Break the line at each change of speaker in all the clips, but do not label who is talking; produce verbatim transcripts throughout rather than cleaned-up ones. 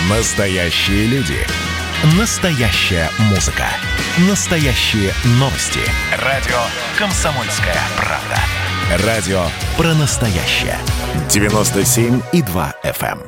Настоящие люди. Настоящая музыка. Настоящие новости. Радио «Комсомольская правда». Радио про настоящее. девяносто семь и два эф эм.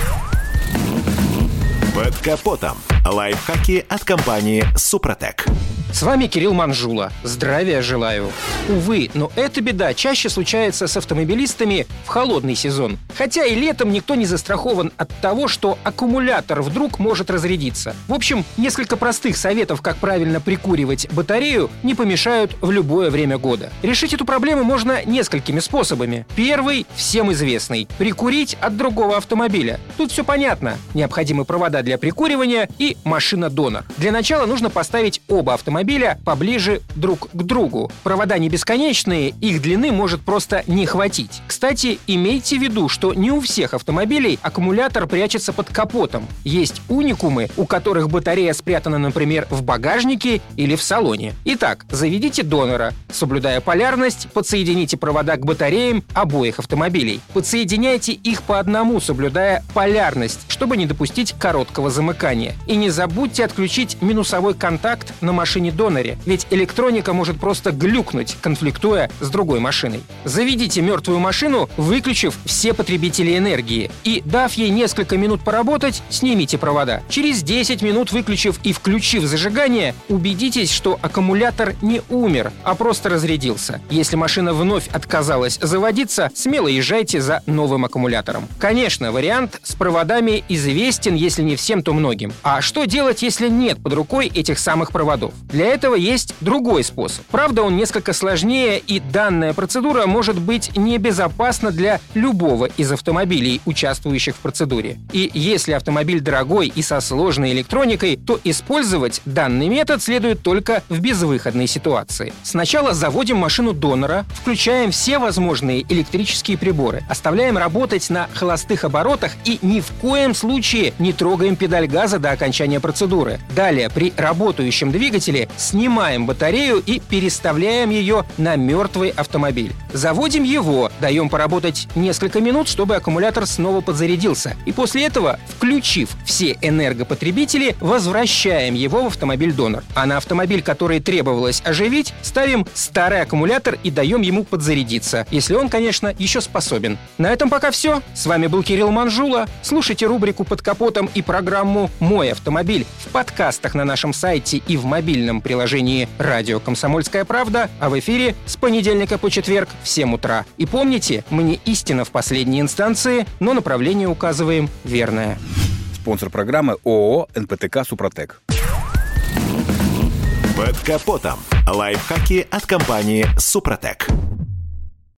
Под капотом. Лайфхаки от компании «Супротек».
С вами Кирилл Манжула. Здравия желаю. Увы, но эта беда чаще случается с автомобилистами в холодный сезон. Хотя и летом никто не застрахован от того, что аккумулятор вдруг может разрядиться. В общем, несколько простых советов, как правильно прикуривать батарею, не помешают в любое время года. Решить эту проблему можно несколькими способами. Первый, всем известный – прикурить от другого автомобиля. Тут все понятно. Необходимы провода для прикуривания и машина-донор. Для начала нужно поставить оба автомобиля поближе друг к другу. Провода не бесконечные, их длины может просто не хватить. Кстати, имейте в виду, что не у всех автомобилей аккумулятор прячется под капотом. Есть уникумы, у которых батарея спрятана, например, в багажнике или в салоне. Итак, заведите донора. Соблюдая полярность, подсоедините провода к батареям обоих автомобилей. Подсоединяйте их по одному, соблюдая полярность, чтобы не допустить короткого замыкания. И не забудьте отключить минусовой контакт на машине доноре, ведь электроника может просто глюкнуть, конфликтуя с другой машиной. Заведите мертвую машину, выключив все потребители энергии, и, дав ей несколько минут поработать, снимите провода. Через десять минут, выключив и включив зажигание, убедитесь, что аккумулятор не умер, а просто разрядился. Если машина вновь отказалась заводиться, смело езжайте за новым аккумулятором. Конечно, вариант с проводами известен, если не всем, то многим. А что делать, если нет под рукой этих самых проводов? Для этого есть другой способ. Правда, он несколько сложнее, и данная процедура может быть небезопасна для любого из автомобилей, участвующих в процедуре. И если автомобиль дорогой и со сложной электроникой, то использовать данный метод следует только в безвыходной ситуации. Сначала заводим машину донора, включаем все возможные электрические приборы, оставляем работать на холостых оборотах и ни в коем случае не трогаем педаль газа до окончания процедуры. Далее, при работающем двигателе снимаем батарею и переставляем ее на мертвый автомобиль. Заводим его, даем поработать несколько минут, чтобы аккумулятор снова подзарядился. И после этого, включив все энергопотребители, возвращаем его в автомобиль-донор. А на автомобиль, который требовалось оживить, ставим старый аккумулятор и даем ему подзарядиться, если он, конечно, еще способен. На этом пока все. С вами был Кирилл Манжула. Слушайте рубрику «Под капотом» и программу «Мой автомобиль» в подкастах на нашем сайте и в мобильном приложении «Радио Комсомольская правда», а в эфире с понедельника по четверг в семь утра. И помните, мы не истина в последней инстанции, но направление указываем верное.
Спонсор программы ООО «эн пэ тэ ка Супротек».
Под капотом. Лайфхаки от компании «Супротек».